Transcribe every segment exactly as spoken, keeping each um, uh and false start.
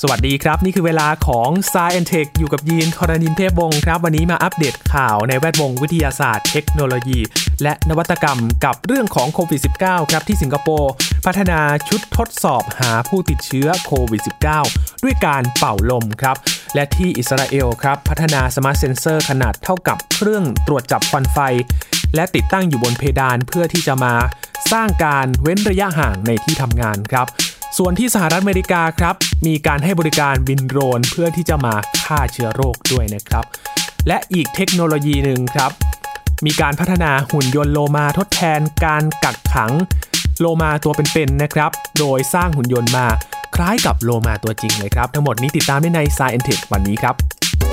สวัสดีครับนี่คือเวลาของ Science แอนด์ Tech อยู่กับยีน ธรณินทร์ เทพวงศ์ครับวันนี้มาอัปเดตข่าวในแวดวงวิทยาศาสตร์เทคโนโลยีและนวัตกรรมกับเรื่องของโควิด สิบเก้า ครับที่สิงคโปร์พัฒนาชุดทดสอบหาผู้ติดเชื้อโควิด สิบเก้า ด้วยการเป่าลมครับและที่อิสราเอลครับพัฒนาสมาร์ทเซนเซอร์ขนาดเท่ากับเครื่องตรวจจับควันไฟและติดตั้งอยู่บนเพดานเพื่อที่จะมาสร้างการเว้นระยะห่างในที่ทำงานครับส่วนที่สหรัฐอเมริกาครับมีการให้บริการบินโดรนเพื่อที่จะมาฆ่าเชื้อโรคด้วยนะครับและอีกเทคโนโลยีหนึ่งครับมีการพัฒนาหุ่นยนต์โลมาทดแทนการกักขังโลมาตัวเป็นๆนะครับโดยสร้างหุ่นยนต์มาคล้ายกับโลมาตัวจริงเลยครับทั้งหมดนี้ติดตามได้ใน Science แอนด์ Tech วันนี้ครับ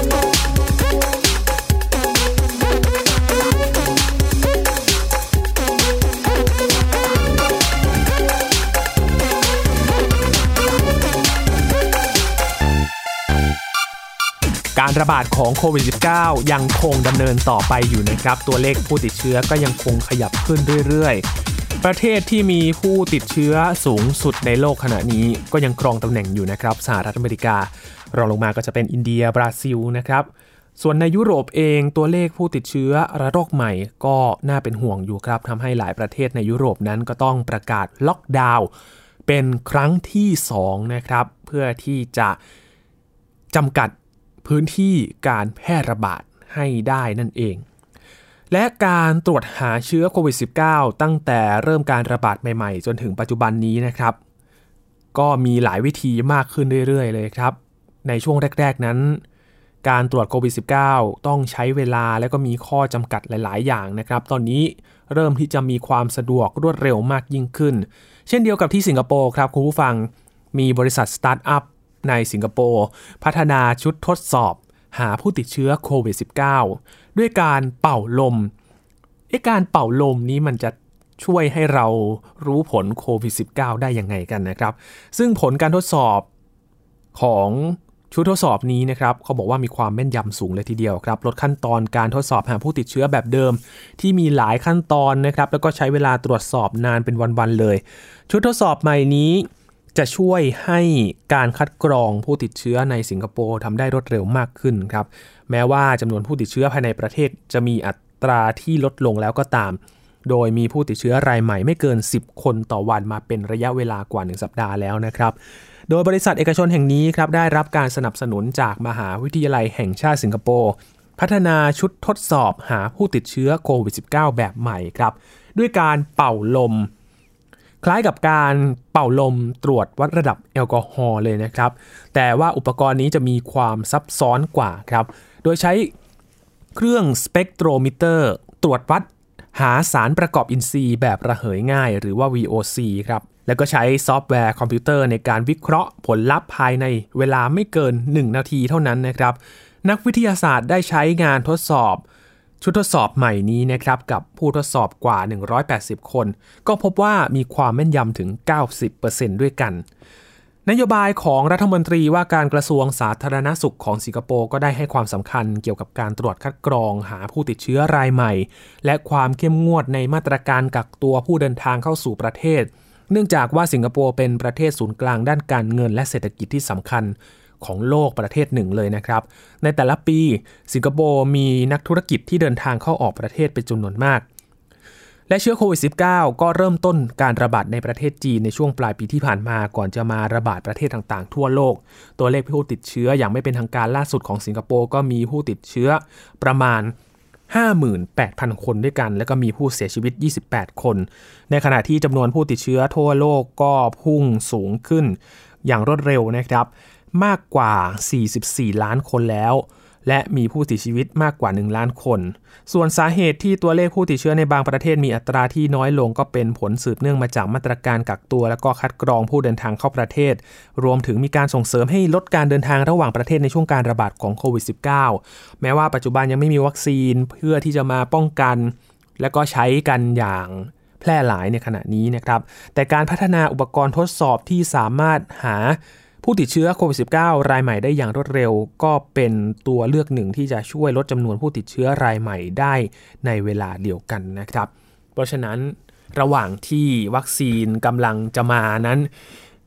การระบาดของโควิด สิบเก้า ยังคงดำเนินต่อไปอยู่นะครับตัวเลขผู้ติดเชื้อก็ยังคงขยับขึ้นเรื่อยๆประเทศที่มีผู้ติดเชื้อสูงสุดในโลกขณะนี้ก็ยังครองตำแหน่งอยู่นะครับสหรัฐอเมริการองลงมาก็จะเป็นอินเดียบราซิลนะครับส่วนในยุโรปเองตัวเลขผู้ติดเชื้อระลอกใหม่ก็น่าเป็นห่วงอยู่ครับทำให้หลายประเทศในยุโรปนั้นก็ต้องประกาศล็อกดาวน์เป็นครั้งที่สองนะครับเพื่อที่จะจำกัดพื้นที่การแพร่ระบาดให้ได้นั่นเองและการตรวจหาเชื้อโควิด สิบเก้า ตั้งแต่เริ่มการระบาดใหม่ๆจนถึงปัจจุบันนี้นะครับก็มีหลายวิธีมากขึ้นเรื่อยๆเลยครับในช่วงแรกๆนั้นการตรวจโควิด สิบเก้า ต้องใช้เวลาและก็มีข้อจำกัดหลายๆอย่างนะครับตอนนี้เริ่มที่จะมีความสะดวกรวดเร็วมากยิ่งขึ้นเช่นเดียวกับที่สิงคโปร์ครับคุณผู้ฟังมีบริษัทสตาร์ทอัพในสิงคโปร์พัฒนาชุดทดสอบหาผู้ติดเชื้อโควิด สิบเก้า ด้วยการเป่าลมไอ้การเป่าลมนี้มันจะช่วยให้เรารู้ผลโควิด สิบเก้า ได้ยังไงกันนะครับซึ่งผลการทดสอบของชุดทดสอบนี้นะครับเขาบอกว่ามีความแม่นยำสูงเลยทีเดียวครับลดขั้นตอนการทดสอบหาผู้ติดเชื้อแบบเดิมที่มีหลายขั้นตอนนะครับแล้วก็ใช้เวลาตรวจสอบนานเป็นวันๆเลยชุดทดสอบใหม่นี้จะช่วยให้การคัดกรองผู้ติดเชื้อในสิงคโปร์ทำได้รวดเร็วมากขึ้นครับแม้ว่าจำนวนผู้ติดเชื้อภายในประเทศจะมีอัตราที่ลดลงแล้วก็ตามโดยมีผู้ติดเชื้อรายใหม่ไม่เกินสิบคนต่อวันมาเป็นระยะเวลากว่าหนึ่งสัปดาห์แล้วนะครับโดยบริษัทเอกชนแห่งนี้ครับได้รับการสนับสนุนจากมหาวิทยาลัยแห่งชาติสิงคโปร์พัฒนาชุดทดสอบหาผู้ติดเชื้อโควิด สิบเก้า แบบใหม่ครับด้วยการเป่าลมคล้ายกับการเป่าลมตรวจวัดระดับแอลกอฮอล์เลยนะครับแต่ว่าอุปกรณ์นี้จะมีความซับซ้อนกว่าครับโดยใช้เครื่องสเปกโทรมิเตอร์ตรวจวัดหาสารประกอบอินทรีย์แบบระเหยง่ายหรือว่า วี โอ ซี ครับแล้วก็ใช้ซอฟต์แวร์คอมพิวเตอร์ในการวิเคราะห์ผลลัพธ์ภายในเวลาไม่เกินหนึ่งนาทีเท่านั้นนะครับนักวิทยาศาสตร์ได้ใช้งานทดสอบชุดทดสอบใหม่นี้นะครับกับผู้ทดสอบกว่าหนึ่งร้อยแปดสิบคนก็พบว่ามีความแม่นยำถึง เก้าสิบเปอร์เซ็นต์ ด้วยกันนโยบายของรัฐมนตรีว่าการกระทรวงสาธารณสุขของสิงคโปร์ก็ได้ให้ความสำคัญเกี่ยวกับการตรวจคัดกรองหาผู้ติดเชื้อรายใหม่และความเข้มงวดในมาตรการกักตัวผู้เดินทางเข้าสู่ประเทศเนื่องจากว่าสิงคโปร์เป็นประเทศศูนย์กลางด้านการเงินและเศรษฐกิจที่สำคัญของโลกประเทศหนึ่งเลยนะครับในแต่ละปีสิงคโปร์มีนักธุรกิจที่เดินทางเข้าออกประเทศเป็นจำนวนมากและเชื้อโควิด สิบเก้า ก็เริ่มต้นการระบาดในประเทศจีนในช่วงปลายปีที่ผ่านมาก่อนจะมาระบาดประเทศต่างๆทั่วโลกตัวเลขผู้ติดเชื้ออย่างไม่เป็นทางการล่าสุดของสิงคโปร์ก็มีผู้ติดเชื้อประมาณ ห้าหมื่นแปดพัน คนด้วยกันแล้วก็มีผู้เสียชีวิตยี่สิบแปดคนในขณะที่จำนวนผู้ติดเชื้อทั่วโลกก็พุ่งสูงขึ้นอย่างรวดเร็วนะครับมากกว่าสี่สิบสี่ล้านคนแล้วและมีผู้เสียชีวิตมากกว่าหนึ่งล้านคนส่วนสาเหตุที่ตัวเลขผู้ติดเชื้อในบางประเทศมีอัตราที่น้อยลงก็เป็นผลสืบเนื่องมาจากมาตรการกักตัวและก็คัดกรองผู้เดินทางเข้าประเทศรวมถึงมีการส่งเสริมให้ลดการเดินทางระหว่างประเทศในช่วงการระบาดของโควิด สิบเก้า แม้ว่าปัจจุบันยังไม่มีวัคซีนเพื่อที่จะมาป้องกันและก็ใช้กันอย่างแพร่หลายในขณะนี้นะครับแต่การพัฒนาอุปกรณ์ทดสอบที่สามารถหาผู้ติดเชื้อโควิด สิบเก้า รายใหม่ได้อย่างรวดเร็วก็เป็นตัวเลือกหนึ่งที่จะช่วยลดจำนวนผู้ติดเชื้อรายใหม่ได้ในเวลาเดียวกันนะครับเพราะฉะนั้นระหว่างที่วัคซีนกำลังจะมานั้น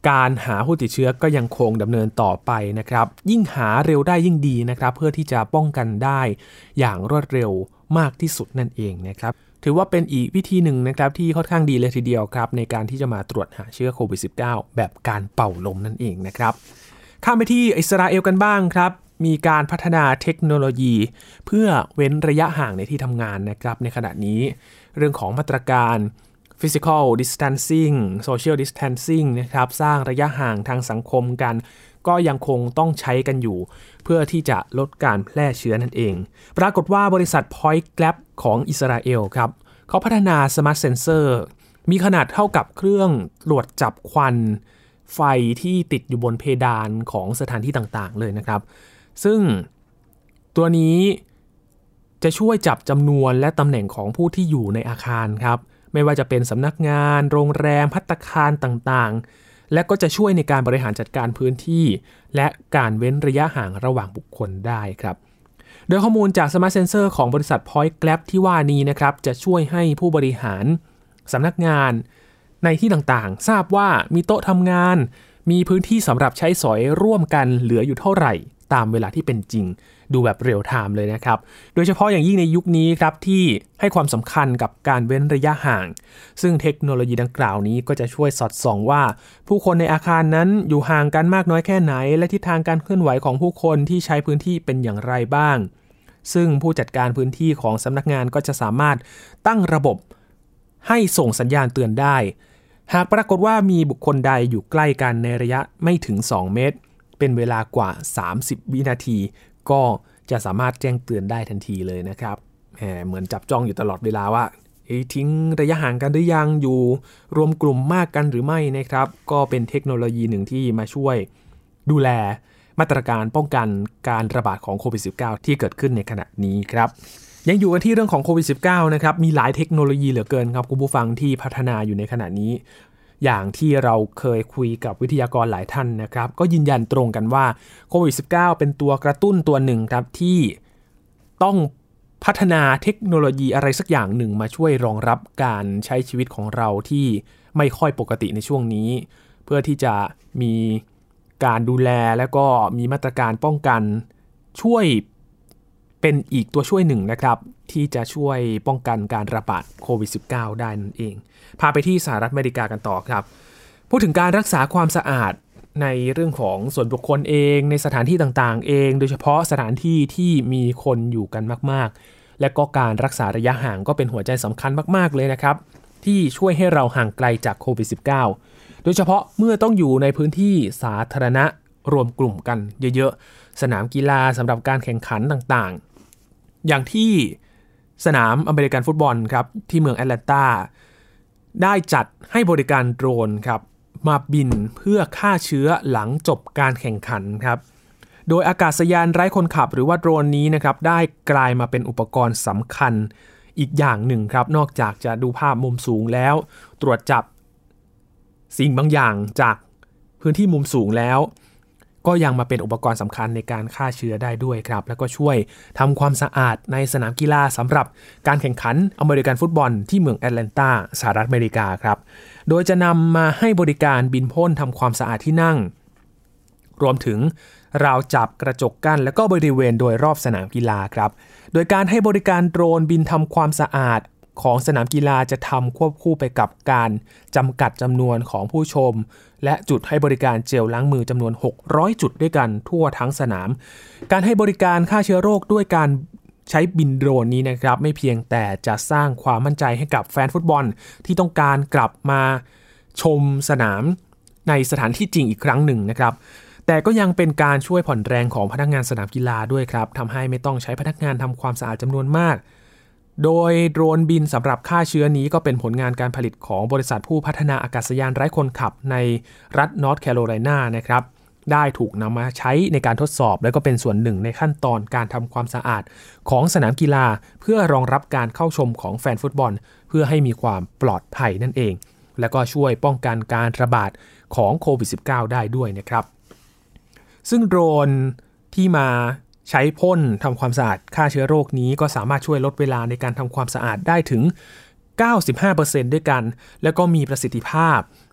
การหาผู้ติดเชื้อก็ยังคงดำเนินต่อไปนะครับยิ่งหาเร็วได้ยิ่งดีนะครับเพื่อที่จะป้องกันได้อย่างรวดเร็วมากที่สุดนั่นเองนะครับถือว่าเป็นอีกวิธีหนึ่งนะครับที่ค่อนข้างดีเลยทีเดียวครับในการที่จะมาตรวจหาเชื้อโควิด สิบเก้า แบบการเป่าลมนั่นเองนะครับข้ามไปที่อิสราเอลกันบ้างครับมีการพัฒนาเทคโนโลยีเพื่อเว้นระยะห่างในที่ทำงานนะครับในขณะนี้เรื่องของมาตรการ physical distancing social distancing นะครับสร้างระยะห่างทางสังคมกันก็ยังคงต้องใช้กันอยู่เพื่อที่จะลดการแพร่เชื้อนั่นเองปรากฏว่าบริษัท Point Lab ของอิสราเอลครับเขาพัฒนา Smart Sensor มีขนาดเท่ากับเครื่องตรวจจับควันไฟที่ติดอยู่บนเพดานของสถานที่ต่างๆเลยนะครับซึ่งตัวนี้จะช่วยจับจำนวนและตำแหน่งของผู้ที่อยู่ในอาคารครับไม่ว่าจะเป็นสำนักงานโรงแรมภัตตาคารต่างๆและก็จะช่วยในการบริหารจัดการพื้นที่และการเว้นระยะห่างระหว่างบุคคลได้ครับโดยข้อมูลจาก Smart Sensor ของบริษัท Point Lab ที่ว่านี้นะครับจะช่วยให้ผู้บริหารสำนักงานในที่ต่างๆทราบว่ามีโต๊ะทำงานมีพื้นที่สำหรับใช้สอยร่วมกันเหลืออยู่เท่าไหร่ตามเวลาที่เป็นจริงดูแบบเรียลไทม์เลยนะครับโดยเฉพาะอย่างยิ่งในยุคนี้ครับที่ให้ความสำคัญกับการเว้นระยะห่างซึ่งเทคโนโลยีดังกล่าวนี้ก็จะช่วยสอดส่องว่าผู้คนในอาคารนั้นอยู่ห่างกันมากน้อยแค่ไหนและทิศทางการเคลื่อนไหวของผู้คนที่ใช้พื้นที่เป็นอย่างไรบ้างซึ่งผู้จัดการพื้นที่ของสำนักงานก็จะสามารถตั้งระบบให้ส่งสัญญาณเตือนได้หากปรากฏว่ามีบุคคลใดอยู่ใกล้กันในระยะไม่ถึงสองเมตรเป็นเวลากว่าสามสิบวินาทีก็จะสามารถแจ้งเตือนได้ทันทีเลยนะครับแหมเหมือนจับจ้องอยู่ตลอดเวลาว่าทิ้งระยะห่างกันหรือยังอยู่รวมกลุ่มมากกันหรือไม่นะครับก็เป็นเทคโนโลยีหนึ่งที่มาช่วยดูแลมาตรการป้องกันการระบาดของโควิด สิบเก้า ที่เกิดขึ้นในขณะนี้ครับยังอยู่กันที่เรื่องของโควิด สิบเก้า นะครับมีหลายเทคโนโลยีเหลือเกินครับคุณผู้ฟังที่พัฒนาอยู่ในขณะนี้อย่างที่เราเคยคุยกับวิทยากรหลายท่านนะครับก็ยืนยันตรงกันว่าโควิด สิบเก้า เป็นตัวกระตุ้นตัวหนึ่งครับที่ต้องพัฒนาเทคโนโลยีอะไรสักอย่างหนึ่งมาช่วยรองรับการใช้ชีวิตของเราที่ไม่ค่อยปกติในช่วงนี้เพื่อที่จะมีการดูแลและก็มีมาตรการป้องกันช่วยเป็นอีกตัวช่วยหนึ่งนะครับที่จะช่วยป้องกันการระบาดโควิด สิบเก้า ได้นั่นเองพาไปที่สหรัฐอเมริกากันต่อครับพูดถึงการรักษาความสะอาดในเรื่องของส่วนบุคคลเองในสถานที่ต่างๆเองโดยเฉพาะสถานที่ที่มีคนอยู่กันมากๆและก็การรักษาระยะห่างก็เป็นหัวใจสำคัญมากๆเลยนะครับที่ช่วยให้เราห่างไกลจากโควิด สิบเก้า โดยเฉพาะเมื่อต้องอยู่ในพื้นที่สาธารณะรวมกลุ่มกันเยอะๆสนามกีฬาสำหรับการแข่งขันต่างๆอย่างที่สนามอเมริกันฟุตบอลครับที่เมืองแอตแลนตาได้จัดให้บริการโดรนครับมาบินเพื่อฆ่าเชื้อหลังจบการแข่งขันครับโดยอากาศยานไร้คนขับหรือว่าโดรนนี้นะครับได้กลายมาเป็นอุปกรณ์สำคัญอีกอย่างหนึ่งครับนอกจากจะดูภาพมุมสูงแล้วตรวจจับสิ่งบางอย่างจากพื้นที่มุมสูงแล้วก็ยังมาเป็นอุปกรณ์สำคัญในการฆ่าเชื้อได้ด้วยครับแล้วก็ช่วยทำความสะอาดในสนามกีฬาสำหรับการแข่งขันอเมริกันฟุตบอลที่เมืองแอตแลนตาสหรัฐอเมริกาครับโดยจะนำมาให้บริการบินพ่นทำความสะอาดที่นั่งรวมถึงราวจับกระจกกั้นและก็บริเวณโดยรอบสนามกีฬาครับโดยการให้บริการโดรนบินทำความสะอาดของสนามกีฬาจะทำควบคู่ไปกับการจำกัดจำนวนของผู้ชมและจุดให้บริการเจลล้างมือจำนวนหกร้อยจุดด้วยกันทั่วทั้งสนามการให้บริการฆ่าเชื้อโรคด้วยการใช้บินโดรนนี้นะครับไม่เพียงแต่จะสร้างความมั่นใจให้กับแฟนฟุตบอลที่ต้องการกลับมาชมสนามในสถานที่จริงอีกครั้งหนึ่งนะครับแต่ก็ยังเป็นการช่วยผ่อนแรงของพนักงานสนามกีฬาด้วยครับทำให้ไม่ต้องใช้พนักงานทำความสะอาดจำนวนมากโดยโดรนบินสำหรับฆ่าเชื้อนี้ก็เป็นผลงานการผลิตของบริษัทผู้พัฒนาอากาศยานไร้คนขับในรัฐนอร์ทแคโรไลนานะครับได้ถูกนำมาใช้ในการทดสอบและก็เป็นส่วนหนึ่งในขั้นตอนการทำความสะอาดของสนามกีฬาเพื่อรองรับการเข้าชมของแฟนฟุตบอลเพื่อให้มีความปลอดภัยนั่นเองและก็ช่วยป้องกันการระบาดของโควิด สิบเก้า ได้ด้วยนะครับซึ่งโดรนที่มาใช้พ่นทำความสะอาดฆ่าเชื้อโรคนี้ก็สามารถช่วยลดเวลาในการทำความสะอาดได้ถึง เก้าสิบห้าเปอร์เซ็นต์ ด้วยกันแล้วก็มีประสิทธิภาพ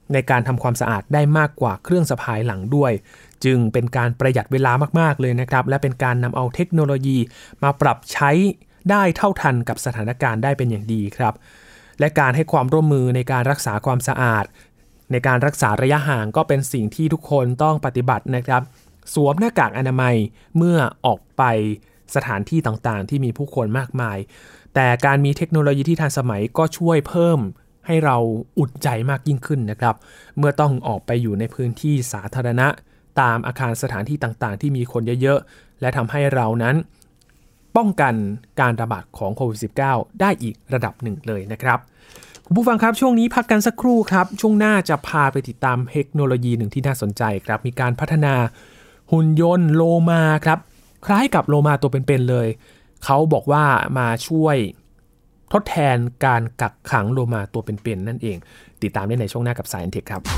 ในการทำความสะอาดได้มากกว่าเครื่องสะพายหลังด้วยจึงเป็นการประหยัดเวลามากๆเลยนะครับและเป็นการนำเอาเทคโนโลยีมาปรับใช้ได้เท่าทันกับสถานการณ์ได้เป็นอย่างดีครับและการให้ความร่วมมือในการรักษาความสะอาดในการรักษาระยะห่างก็เป็นสิ่งที่ทุกคนต้องปฏิบัตินะครับสวมหน้ากากอนามัยเมื่อออกไปสถานที่ต่างๆที่มีผู้คนมากมายแต่การมีเทคโนโลยีที่ทันสมัยก็ช่วยเพิ่มให้เราอุ่นใจมากยิ่งขึ้นนะครับเมื่อต้องออกไปอยู่ในพื้นที่สาธารณะตามอาคารสถานที่ต่างๆที่มีคนเยอะๆและทำให้เรานั้นป้องกันการระบาดของโควิด สิบเก้า ได้อีกระดับหนึ่งเลยนะครับคุณผู้ฟังครับช่วงนี้พักกันสักครู่ครับช่วงหน้าจะพาไปติดตามเทคโนโลยีหนึ่งที่น่าสนใจครับมีการพัฒนาหุ่นยนต์โลมาครับคล้ายกับโลมาตัวเป็นๆเลยเขาบอกว่ามาช่วยทดแทนการกักขังโลมาตัวเป็นๆนั่นเองติดตามได้ในช่วงหน้ากับ Science Tech ครับ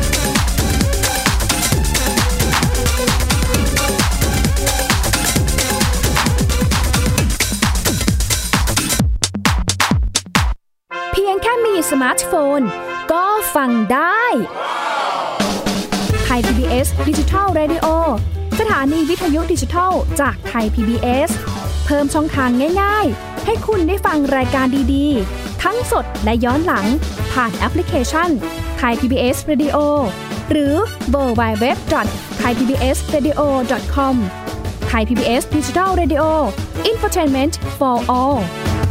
เพียงแค่มีสมาร์ทโฟนก็ฟังได้ไทย พี บี เอส Digital Radio สถานีวิทยุดิจิทัลจากไทย พี บี เอส เพิ่มช่องทางง่ายๆให้คุณได้ฟังรายการดีๆทั้งสดและย้อนหลังผ่านแอปพลิเคชัน Thai พี บี เอส Radio หรือ ดับเบิลยู ดับเบิลยู ดับเบิลยู ดอท ไทยพีบีเอสเรดิโอ ดอท คอม Thai พี บี เอส Digital Radio Infotainment for all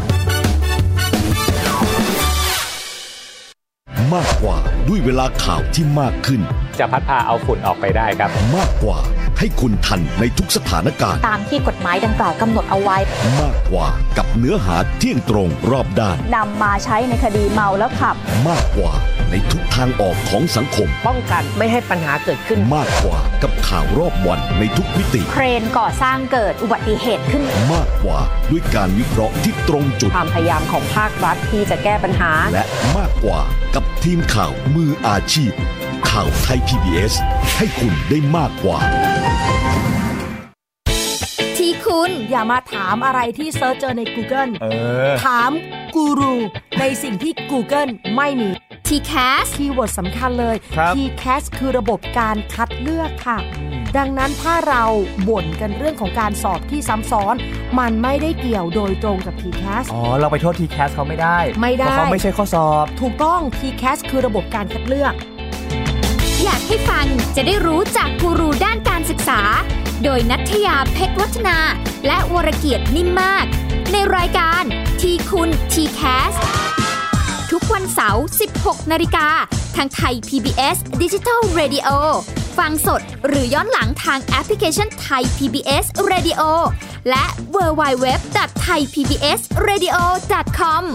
มากกว่าด้วยเวลาข่าวที่มากขึ้นจะพัดพาเอาฝุ่นออกไปได้ครับมากกว่าให้คุณทันในทุกสถานการณ์ตามที่กฎหมายดังกล่าวกำหนดเอาไว้มากกว่ากับเนื้อหาเที่ยงตรงรอบด้านนำมาใช้ในคดีเมาแล้วขับมากกว่าในทุกทางออกของสังคมป้องกันไม่ให้ปัญหาเกิดขึ้นมากกว่ากับข่าวรอบวันในทุกมิติเครนก่อสร้างเกิดอุบัติเหตุขึ้นมากกว่าด้วยการวิเคราะห์ที่ตรงจุดความพยายามของภาครัฐที่จะแก้ปัญหาและมากกว่ากับทีมข่าวมืออาชีพข่าวไทย พี บี เอส ให้คุณได้มากกว่าที่คุณอย่ามาถามอะไรที่เซิร์ชเจอใน Google เออถามกูรูในสิ่งที่ Google ไม่มี ที แคส คีย์เวิร์ดสำคัญเลย ที แคส คือระบบการคัดเลือกค่ะดังนั้นถ้าเราบ่นกันเรื่องของการสอบที่ซ้ำซ้อนมันไม่ได้เกี่ยวโดยตรงกับ ที แคสอ๋อเราไปโทษ ที แคส เขาไม่ได้ไม่ได้เพราะเขาไม่ใช่ข้อสอบถูกต้อง ที แคส คือระบบการคัดเลือกอยากให้ฟังจะได้รู้จากกูรูด้านการศึกษาโดยณัฐยาเพชรวัฒนาและวรเกียรตินิ่มมากในรายการทีคุณ ที แคส ทุกวันเสาร์ สิบหกนาฬิกาทางไทย พี บี เอส Digital Radio ฟังสดหรือย้อนหลังทางแอปพลิเคชัน Thai พี บี เอส Radio และ ดับเบิลยู ดับเบิลยู ดับเบิลยู ดอท ไทยพีบีเอสเรดิโอ ดอท คอม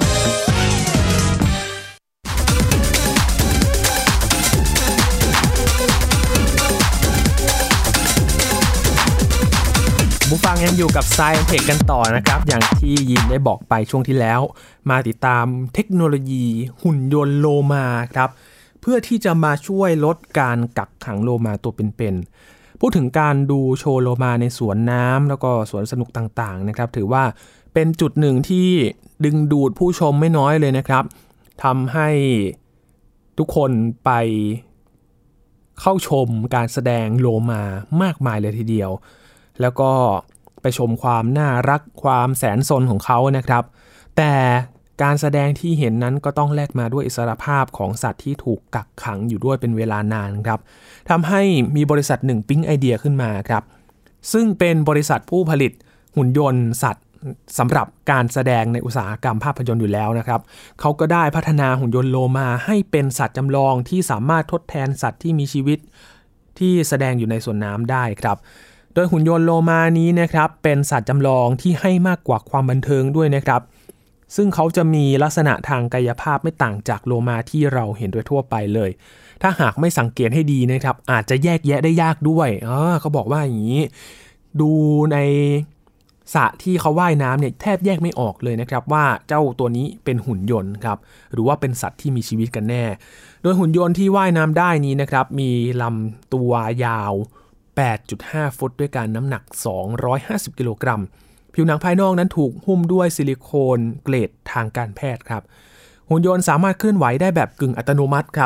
ผู้ฟังยังอยู่กับ Science Tech กันต่อนะครับอย่างที่ยินได้บอกไปช่วงที่แล้วมาติดตามเทคโนโลยีหุ่นยนต์โลมาครับเพื่อที่จะมาช่วยลดการกักขังโลมาตัวเป็นๆพูดถึงการดูโชว์โลมาในสวนน้ำแล้วก็สวนสนุกต่างๆนะครับถือว่าเป็นจุดหนึ่งที่ดึงดูดผู้ชมไม่น้อยเลยนะครับทำให้ทุกคนไปเข้าชมการแสดงโลมามากมายเลยทีเดียวแล้วก็ไปชมความน่ารักความแสนสนของเขานะครับแต่การแสดงที่เห็นนั้นก็ต้องแลกมาด้วยอิสรภาพของสัตว์ที่ถูกกักขังอยู่ด้วยเป็นเวลานานครับทำให้มีบริษัทหนึ่งปิ๊งไอเดียขึ้นมาครับซึ่งเป็นบริษัทผู้ผลิตหุ่นยนต์สัตว์สำหรับการแสดงในอุตสาหกรรมภาพยนตร์อยู่แล้วนะครับเขาก็ได้พัฒนาหุ่นยนต์โลมาให้เป็นสัตว์จำลองที่สามารถทดแทนสัตว์ที่มีชีวิตที่แสดงอยู่ในสวนน้ำได้ครับโดยหุ่นยนต์โลมานี้นะครับเป็นสัตว์จำลองที่ให้มากกว่าความบันเทิงด้วยนะครับซึ่งเขาจะมีลักษณะทางกายภาพไม่ต่างจากโลมาที่เราเห็นโดยทั่วไปเลยถ้าหากไม่สังเกตให้ดีนะครับอาจจะแยกแยะได้ยากด้วยอ๋อเขาบอกว่าอย่างนี้ดูในสระที่เขาว่ายน้ำเนี่ยแทบแยกไม่ออกเลยนะครับว่าเจ้าตัวนี้เป็นหุ่นยนต์ครับหรือว่าเป็นสัตว์ที่มีชีวิตกันแน่โดยหุ่นยนต์ที่ว่ายน้ำได้นี้นะครับมีลำตัวยาว แปดจุดห้า ฟุตด้วยกันน้ำหนักสองร้อยห้าสิบกิโลกรัมผิวหนังภายนอกนั้นถูกหุ้มด้วยซิลิโคนเกรดทางการแพทย์ครับหุ่นยนต์สามารถเคลื่อนไหวได้แบบกึ่งอัตโนมัติครับ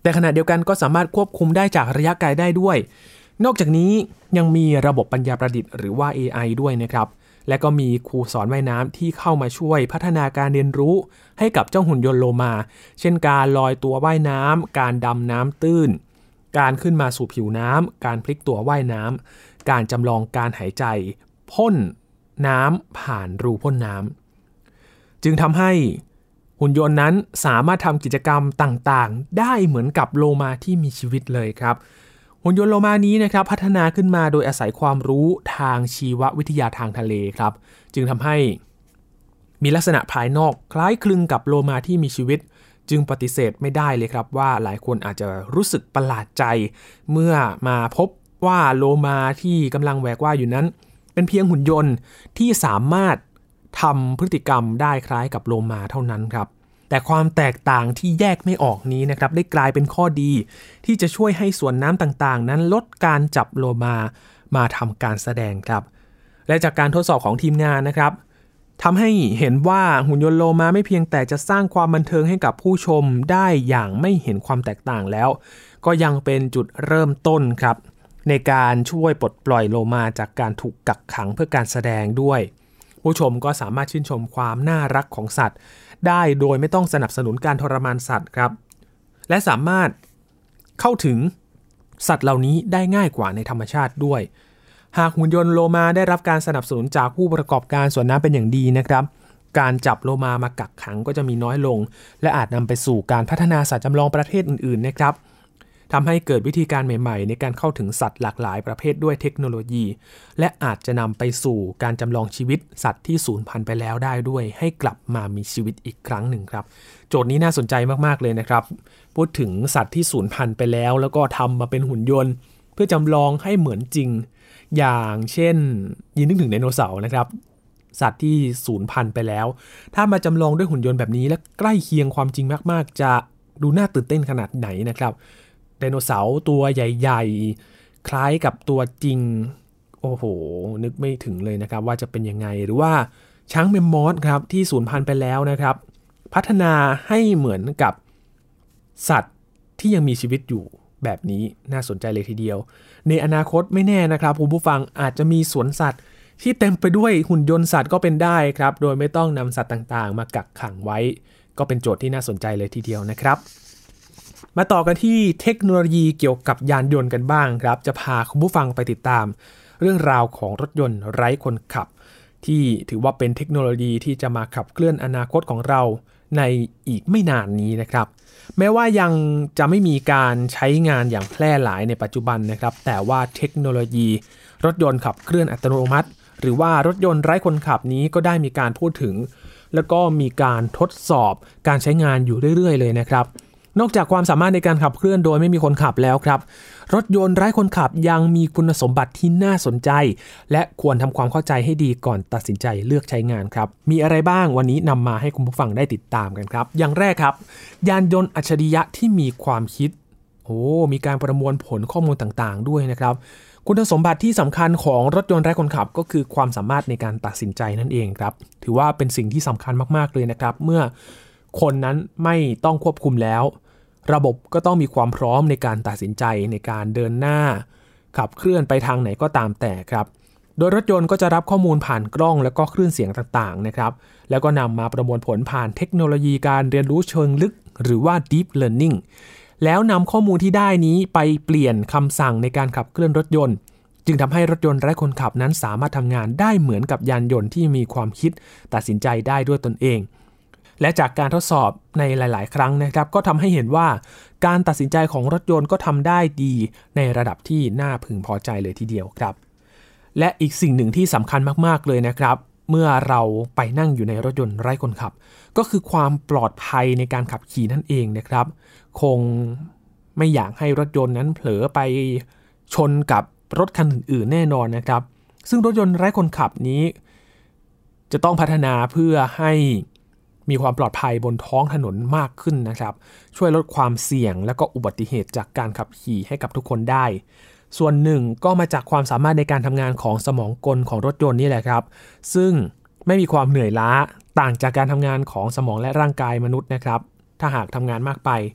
แต่ขณะเดียวกันก็สามารถควบคุมได้จากระยะไกลได้ด้วยนอกจากนี้ยังมีระบบปัญญาประดิษฐ์หรือว่า เอ ไอ ด้วยนะครับและก็มีครูสอนว่ายน้ำที่เข้ามาช่วยพัฒนาการเรียนรู้ให้กับเจ้าหุ่นยนต์โลมาเช่นการลอยตัวว่ายน้ำการดำน้ำตื้นการขึ้นมาสู่ผิวน้ำการพลิกตัวว่ายน้ำการจำลองการหายใจพ่นน้ำผ่านรูพ่นน้ำจึงทำให้หุ่นยนต์นั้นสามารถทำกิจกรรมต่างๆได้เหมือนกับโลมาที่มีชีวิตเลยครับหุ่นยนต์โลมานี้นะครับพัฒนาขึ้นมาโดยอาศัยความรู้ทางชีววิทยาทางทะเลครับจึงทำให้มีลักษณะภายนอกคล้ายคลึงกับโลมาที่มีชีวิตจึงปฏิเสธไม่ได้เลยครับว่าหลายคนอาจจะรู้สึกประหลาดใจเมื่อมาพบว่าโลมาที่กำลังแหวกว่ายอยู่นั้นเป็นเพียงหุ่นยนต์ที่สามารถทำพฤติกรรมได้คล้ายกับโลมาเท่านั้นครับแต่ความแตกต่างที่แยกไม่ออกนี้นะครับได้กลายเป็นข้อดีที่จะช่วยให้สวนน้ำต่างๆนั้นลดการจับโลมามาทำการแสดงครับและจากการทดสอบของทีมงานนะครับทำให้เห็นว่าหุ่นยนต์โลมาไม่เพียงแต่จะสร้างความบันเทิงให้กับผู้ชมได้อย่างไม่เห็นความแตกต่างแล้วก็ยังเป็นจุดเริ่มต้นครับในการช่วยปลดปล่อยโลมาจากการถูกกักขังเพื่อการแสดงด้วยผู้ชมก็สามารถชื่นชมความน่ารักของสัตว์ได้โดยไม่ต้องสนับสนุนการทรมานสัตว์ครับและสามารถเข้าถึงสัตว์เหล่านี้ได้ง่ายกว่าในธรรมชาติด้วยหากหุ่นยนต์โลมาได้รับการสนับสนุนจากผู้ประกอบการสวนน้ำเป็นอย่างดีนะครับการจับโลมามากักขังก็จะมีน้อยลงและอาจนำไปสู่การพัฒนาสัตว์จำลองประเภทอื่นๆนะครับทำให้เกิดวิธีการใหม่ๆในการเข้าถึงสัตว์หลากหลายประเภทด้วยเทคโนโลยีและอาจจะนำไปสู่การจำลองชีวิตสัตว์ที่สูญพันธุ์ไปแล้วได้ด้วยให้กลับมามีชีวิตอีกครั้งหนึ่งครับโจทย์นี้น่าสนใจมากๆเลยนะครับพูดถึงสัตว์ที่สูญพันธุ์ไปแล้วแล้วก็ทำมาเป็นหุ่นยนต์เพื่อจำลองให้เหมือนจริงอย่างเช่นยินนึกถึงไดโนเสาร์นะครับสัตว์ที่สูญพันธุ์ไปแล้วถ้ามาจำลองด้วยหุ่นยนต์แบบนี้และใกล้เคียงความจริงมากๆจะดูน่าตื่นเต้นขนาดไหนนะครับไดโนเสาร์ตัวใหญ่ๆคล้ายกับตัวจริงโอ้โหนึกไม่ถึงเลยนะครับว่าจะเป็นยังไงหรือว่าช้างแมมมอธครับที่สูญพันธุ์ไปแล้วนะครับพัฒนาให้เหมือนกับสัตว์ที่ยังมีชีวิตอยู่แบบนี้น่าสนใจเลยทีเดียวในอนาคตไม่แน่นะครับคุณผู้ฟังอาจจะมีสวนสัตว์ที่เต็มไปด้วยหุ่นยนต์สัตว์ก็เป็นได้ครับโดยไม่ต้องนำสัตว์ต่างๆมากักขังไว้ก็เป็นโจทย์ที่น่าสนใจเลยทีเดียวนะครับมาต่อกันที่เทคโนโลยีเกี่ยวกับยานยนต์กันบ้างครับจะพาคุณผู้ฟังไปติดตามเรื่องราวของรถยนต์ไร้คนขับที่ถือว่าเป็นเทคโนโลยีที่จะมาขับเคลื่อนอนาคตของเราในอีกไม่นานนี้นะครับแม้ว่ายังจะไม่มีการใช้งานอย่างแพร่หลายในปัจจุบันนะครับแต่ว่าเทคโนโลยีรถยนต์ขับเคลื่อนอัตโนมัติหรือว่ารถยนต์ไร้คนขับนี้ก็ได้มีการพูดถึงแล้วก็มีการทดสอบการใช้งานอยู่เรื่อยๆเลยนะครับนอกจากความสามารถในการขับเคลื่อนโดยไม่มีคนขับแล้วครับรถยนต์ไร้คนขับยังมีคุณสมบัติที่น่าสนใจและควรทำความเข้าใจให้ดีก่อนตัดสินใจเลือกใช้งานครับมีอะไรบ้างวันนี้นำมาให้คุณผู้ฟังได้ติดตามกันครับอย่างแรกครับยานยนต์อัจฉริยะที่มีความคิดโอ้มีการประมวลผลข้อมูลต่างๆด้วยนะครับคุณสมบัติที่สำคัญของรถยนต์ไร้คนขับก็คือความสามารถในการตัดสินใจนั่นเองครับถือว่าเป็นสิ่งที่สำคัญมากๆเลยนะครับเมื่อคนนั้นไม่ต้องควบคุมแล้วระบบก็ต้องมีความพร้อมในการตัดสินใจในการเดินหน้าขับเคลื่อนไปทางไหนก็ตามแต่ครับโดยรถยนต์ก็จะรับข้อมูลผ่านกล้องและก็คลื่นเสียงต่างๆนะครับแล้วก็นำมาประมวลผลผ่านเทคโนโลยีการเรียนรู้เชิงลึกหรือว่า Deep Learning แล้วนำข้อมูลที่ได้นี้ไปเปลี่ยนคำสั่งในการขับเคลื่อนรถยนต์จึงทำให้รถยนต์ไร้คนขับนั้นสามารถทำงานได้เหมือนกับยานยนต์ที่มีความคิดตัดสินใจได้ด้วยตนเองและจากการทดสอบในหลายๆครั้งนะครับก็ทำให้เห็นว่าการตัดสินใจของรถยนต์ก็ทำได้ดีในระดับที่น่าพึงพอใจเลยทีเดียวครับและอีกสิ่งหนึ่งที่สำคัญมากๆเลยนะครับเมื่อเราไปนั่งอยู่ในรถยนต์ไร้คนขับก็คือความปลอดภัยในการขับขี่นั่นเองนะครับคงไม่อยากให้รถยนต์นั้นเผลอไปชนกับรถคันอื่นๆแน่นอนนะครับซึ่งรถยนต์ไร้คนขับนี้จะต้องพัฒนาเพื่อให้มีความปลอดภัยบนท้องถนนมากขึ้นนะครับช่วยลดความเสี่ยงและก็อุบัติเหตุจากการขับขี่ให้กับทุกคนได้ส่วนหนึ่งก็มาจากความสามารถในการทำงานของสมองกลของรถยนต์นี่แหละครับซึ่งไม่มีความเหนื่อยล้าต่างจากการทำงานของสมองและร่างกายมนุษย์นะครับถ้าหากทำงานมากไป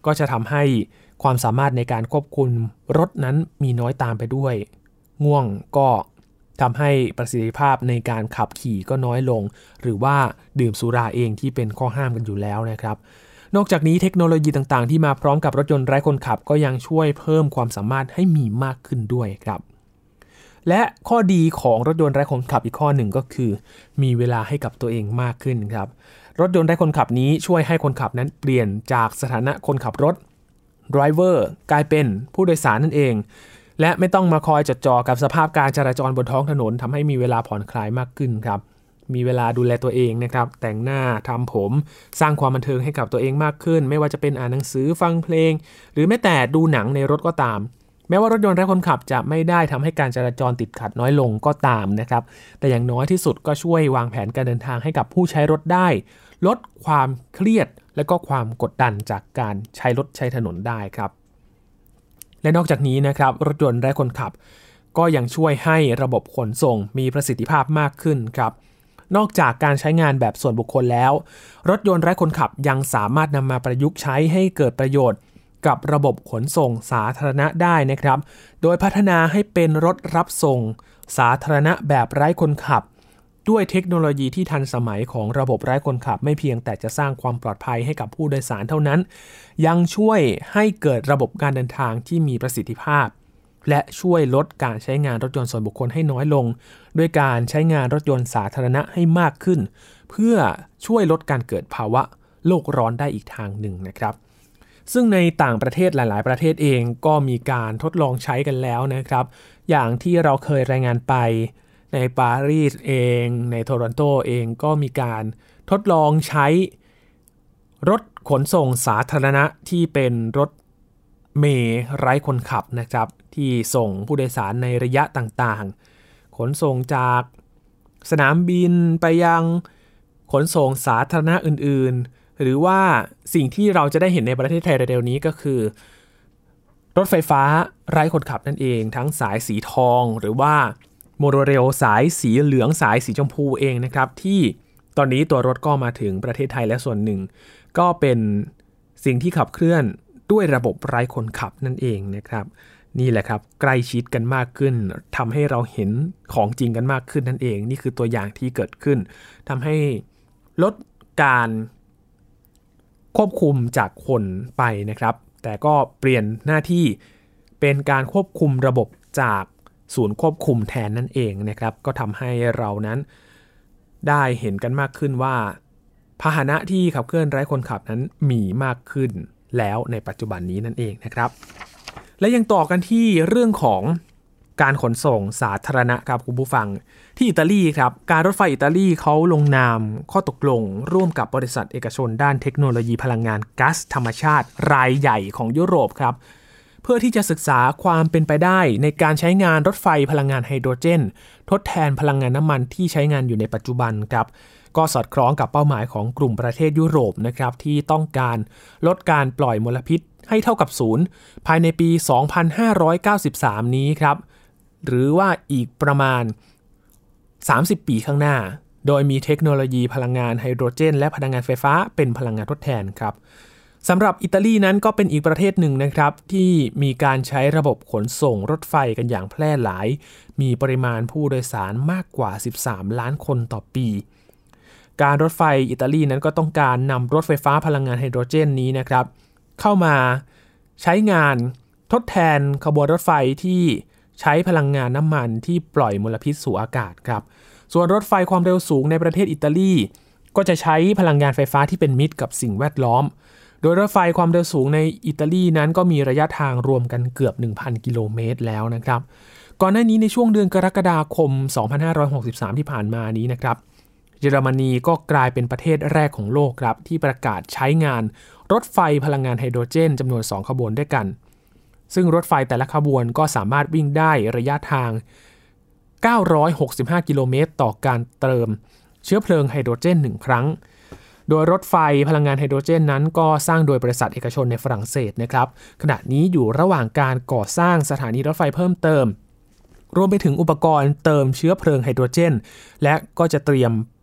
ก็จะทำให้ความสามารถในการควบคุมรถนั้นมีน้อยตามไปด้วยง่วงก็ทำให้ประสิทธิภาพในการขับขี่ก็น้อยลงหรือว่าดื่มสุราเองที่เป็นข้อห้ามกันอยู่แล้วนะครับนอกจากนี้เทคโนโลยีต่างๆที่มาพร้อมกับรถยนต์ไร้คนขับก็ยังช่วยเพิ่มความสามารถให้มีมากขึ้นด้วยครับและข้อดีของรถยนต์ไร้คนขับอีกข้อหนึ่งก็คือมีเวลาให้กับตัวเองมากขึ้นครับรถยนต์ไร้คนขับนี้ช่วยให้คนขับนั้นเปลี่ยนจากสถานะคนขับรถ driver กลายเป็นผู้โดยสารนั่นเองและไม่ต้องมาคอยจดจ่อกับสภาพการจราจรบนท้องถนนทำให้มีเวลาผ่อนคลายมากขึ้นครับมีเวลาดูแลตัวเองนะครับแต่งหน้าทำผมสร้างความบันเทิงให้กับตัวเองมากขึ้นไม่ว่าจะเป็นอ่านหนังสือฟังเพลงหรือแม้แต่ดูหนังในรถก็ตามแม้ว่ารถยนต์ไร้คนขับจะไม่ได้ทำให้การจราจรติดขัดน้อยลงก็ตามนะครับแต่อย่างน้อยที่สุดก็ช่วยวางแผนการเดินทางให้กับผู้ใช้รถได้ลดความเครียดและก็ความกดดันจากการใช้รถใช้ถนนได้ครับและนอกจากนี้นะครับรถยนต์ไร้คนขับก็ยังช่วยให้ระบบขนส่งมีประสิทธิภาพมากขึ้นครับนอกจากการใช้งานแบบส่วนบุคคลแล้วรถยนต์ไร้คนขับยังสามารถนำมาประยุกต์ใช้ให้เกิดประโยชน์กับระบบขนส่งสาธารณะได้นะครับโดยพัฒนาให้เป็นรถรับส่งสาธารณะแบบไร้คนขับด้วยเทคโนโลยีที่ทันสมัยของระบบไร้คนขับไม่เพียงแต่จะสร้างความปลอดภัยให้กับผู้โดยสารเท่านั้นยังช่วยให้เกิดระบบการเดินทางที่มีประสิทธิภาพและช่วยลดการใช้งานรถยนต์ส่วนบุคคลให้น้อยลงด้วยการใช้งานรถยนต์สาธารณะให้มากขึ้นเพื่อช่วยลดการเกิดภาวะโลกร้อนได้อีกทางหนึ่งนะครับซึ่งในต่างประเทศหลายๆประเทศเองก็มีการทดลองใช้กันแล้วนะครับอย่างที่เราเคยรายงานไปในปารีสเองในโตรอนโตเองก็มีการทดลองใช้รถขนส่งสาธารณะที่เป็นรถเมล์ไร้คนขับนะครับที่ส่งผู้โดยสารในระยะต่างๆขนส่งจากสนามบินไปยังขนส่งสาธารณะอื่นๆหรือว่าสิ่งที่เราจะได้เห็นในประเทศไทยเร็วๆนี้ก็คือรถไฟฟ้าไร้คนขับนั่นเองทั้งสายสีทองหรือว่าโมโนเรลสายสีเหลืองสายสีชมพูเองนะครับที่ตอนนี้ตัวรถก็มาถึงประเทศไทยและส่วนหนึ่งก็เป็นสิ่งที่ขับเคลื่อนด้วยระบบไร้คนขับนั่นเองนะครับนี่แหละครับใกล้ชิดกันมากขึ้นทำให้เราเห็นของจริงกันมากขึ้นนั่นเองนี่คือตัวอย่างที่เกิดขึ้นทำให้ลดการควบคุมจากคนไปนะครับแต่ก็เปลี่ยนหน้าที่เป็นการควบคุมระบบจากศูนย์ควบคุมแทนนั่นเองนะครับก็ทำให้เรานั้นได้เห็นกันมากขึ้นว่าพาหนะที่ขับเคลื่อนไร้คนขับนั้นมีมากขึ้นแล้วในปัจจุบันนี้นั่นเองนะครับและยังต่อกันที่เรื่องของการขนส่งสาธารณะครับคุณผู้ฟังที่อิตาลีครับการรถไฟอิตาลีเขาลงนามข้อตกลงร่วมกับบริษัทเอกชนด้านเทคโนโลยีพลังงานก๊าซธรรมชาติรายใหญ่ของยุโรปครับเพื่อที่จะศึกษาความเป็นไปได้ในการใช้งานรถไฟพลังงานไฮโดรเจนทดแทนพลังงานน้ำมันที่ใช้งานอยู่ในปัจจุบันครับก็สอดคล้องกับเป้าหมายของกลุ่มประเทศยุโรปนะครับที่ต้องการลดการปล่อยมลพิษให้เท่ากับศูนย์ภายในปี สองพันห้าร้อยเก้าสิบสาม นี้ครับหรือว่าอีกประมาณสามสิบปีข้างหน้าโดยมีเทคโนโลยีพลังงานไฮโดรเจนและพลังงานไฟฟ้าเป็นพลังงานทดแทนครับสำหรับอิตาลีนั้นก็เป็นอีกประเทศหนึ่งนะครับที่มีการใช้ระบบขนส่งรถไฟกันอย่างแพร่หลายมีปริมาณผู้โดยสารมากกว่าสิบสามล้านคนต่อปีการรถไฟอิตาลีนั้นก็ต้องการนำรถไฟฟ้าพลังงานไฮโดรเจนนี้นะครับเข้ามาใช้งานทดแทนขบวนรถไฟที่ใช้พลังงานน้ำมันที่ปล่อยมลพิษสู่อากาศครับส่วนรถไฟความเร็วสูงในประเทศอิตาลีก็จะใช้พลังงานไฟฟ้าที่เป็นมิตรกับสิ่งแวดล้อมโดยรถไฟความเร็วสูงในอิตาลีนั้นก็มีระยะทางรวมกันเกือบ หนึ่งพัน กิโลเมตรแล้วนะครับก่อนหน้านี้ในช่วงเดือนกรกฎาคมสองพันห้าร้อยหกสิบสามที่ผ่านมานี้นะครับเยอรมนีก็กลายเป็นประเทศแรกของโลกครับที่ประกาศใช้งานรถไฟพลังงานไฮโดรเจนจำนวนสองขบวนด้วยกันซึ่งรถไฟแต่ละขบวนก็สามารถวิ่งได้ระยะทางเก้าร้อยหกสิบห้ากิโลเมตรต่อการเติมเชื้อเพลิงไฮโดรเจนหนึ่งครั้งโดยรถไฟพลังงานไฮโดรเจนนั้นก็สร้างโดยบริษัทเอกชนในฝรั่งเศสนะครับขณะนี้อยู่ระหว่างการก่อสร้างสถานีรถไฟเพิ่มเติมรวมไปถึงอุปกรณ์เติมเชื้อเพลิงไฮโดรเจนและก็จะเตรียม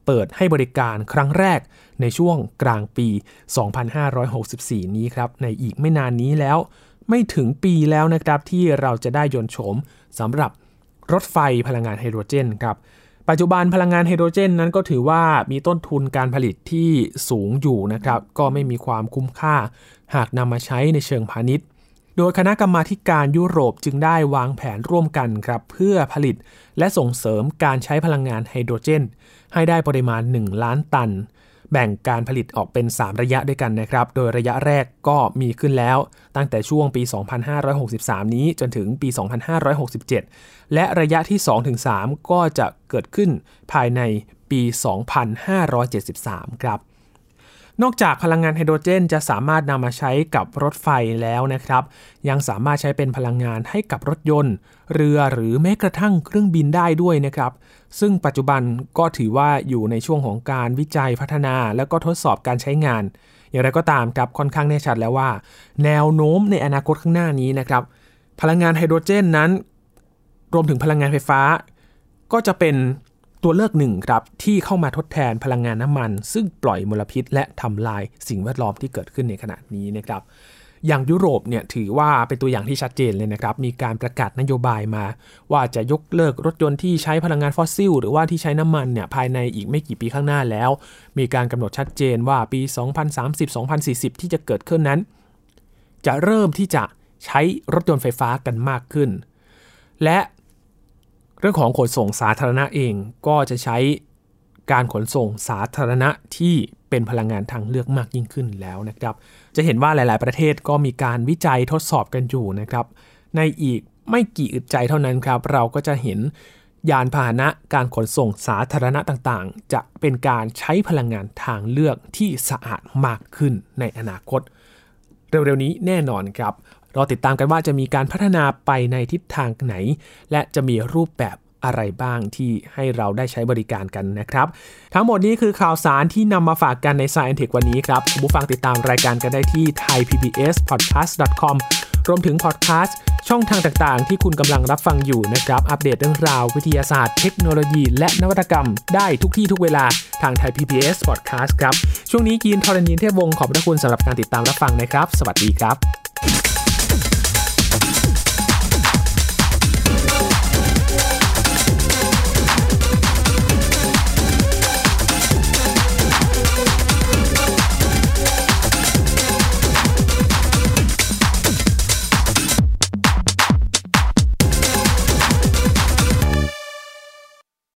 เปิดให้บริการครั้งแรกในช่วงกลางปีสองพันห้าร้อยหกสิบสี่นี้ครับในอีกไม่นานนี้แล้วไม่ถึงปีแล้วนะครับที่เราจะได้ยนต์โฉมสำหรับรถไฟพลังงานไฮโดรเจนครับปัจจุบันพลังงานไฮโดรเจนนั้นก็ถือว่ามีต้นทุนการผลิตที่สูงอยู่นะครับก็ไม่มีความคุ้มค่าหากนำมาใช้ในเชิงพาณิชย์โดยคณะกรรมาการยุโรปจึงได้วางแผนร่วมกันครับเพื่อผลิตและส่งเสริมการใช้พลังงานไฮโดรเจนให้ได้ปริมาณหนึ่งล้านตันแบ่งการผลิตออกเป็นสามระยะด้วยกันนะครับโดยระยะแรกก็มีขึ้นแล้วตั้งแต่ช่วงปีสองพันห้าร้อยหกสิบสามนี้จนถึงปีสองพันห้าร้อยหกสิบเจ็ดและระยะที่ สองถึงสาม ก็จะเกิดขึ้นภายในปีสองพันห้าร้อยเจ็ดสิบสามครับนอกจากพลังงานไฮโดรเจนจะสามารถนำมาใช้กับรถไฟแล้วนะครับยังสามารถใช้เป็นพลังงานให้กับรถยนต์เรือหรือแม้กระทั่งเครื่องบินได้ด้วยนะครับซึ่งปัจจุบันก็ถือว่าอยู่ในช่วงของการวิจัยพัฒนาแล้วก็ทดสอบการใช้งานอย่างไรก็ตามครับค่อนข้างแน่ชัดแล้วว่าแนวโน้มในอนาคตข้างหน้านี้นะครับพลังงานไฮโดรเจนนั้นรวมถึงพลังงานไฟฟ้าก็จะเป็นตัวเลือกหนึ่งครับที่เข้ามาทดแทนพลังงานน้ำมันซึ่งปล่อยมลพิษและทำลายสิ่งแวดล้อมที่เกิดขึ้นในขณะนี้นะครับอย่างยุโรปเนี่ยถือว่าเป็นตัวอย่างที่ชัดเจนเลยนะครับมีการประกาศนโยบายมาว่าจะยกเลิกรถยนต์ที่ใช้พลังงานฟอสซิลหรือว่าที่ใช้น้ำมันเนี่ยภายในอีกไม่กี่ปีข้างหน้าแล้วมีการกำหนดชัดเจนว่าปีสองพันสามสิบ สองพันสี่สิบที่จะเกิดขึ้นนั้นจะเริ่มที่จะใช้รถยนต์ไฟฟ้ากันมากขึ้นและเรื่องของขนส่งสาธารณะเองก็จะใช้การขนส่งสาธารณะที่เป็นพลังงานทางเลือกมากยิ่งขึ้นแล้วนะครับจะเห็นว่าหลายๆประเทศก็มีการวิจัยทดสอบกันอยู่นะครับในอีกไม่กี่อึดใจเท่านั้นครับเราก็จะเห็นยานพาหนะการขนส่งสาธารณะต่างๆจะเป็นการใช้พลังงานทางเลือกที่สะอาดมากขึ้นในอนาคตเร็วๆนี้แน่นอนครับรอติดตามกันว่าจะมีการพัฒนาไปในทิศทางไหนและจะมีรูปแบบอะไรบ้างที่ให้เราได้ใช้บริการกันนะครับทั้งหมดนี้คือข่าวสารที่นำมาฝากกันใน Science Tech วันนี้ครับคุณผู้ฟังติดตามรายการกันได้ที่ ไทยพีบีเอสพอดแคสต์ ดอท คอม รวมถึงพอดแคสต์ช่องทางต่างๆที่คุณกำลังรับฟังอยู่นะครับอัปเดตเรื่องราววิทยาศาสตร์เทคโนโลยีและนวัตกรรมได้ทุกที่ทุกเวลาทาง Thai พี บี เอส Podcast ครับช่วงนี้กีนทรณินเทพวงศ์ขอบพระคุณสำหรับการติดตามรับฟังนะครับสวัสดีครับ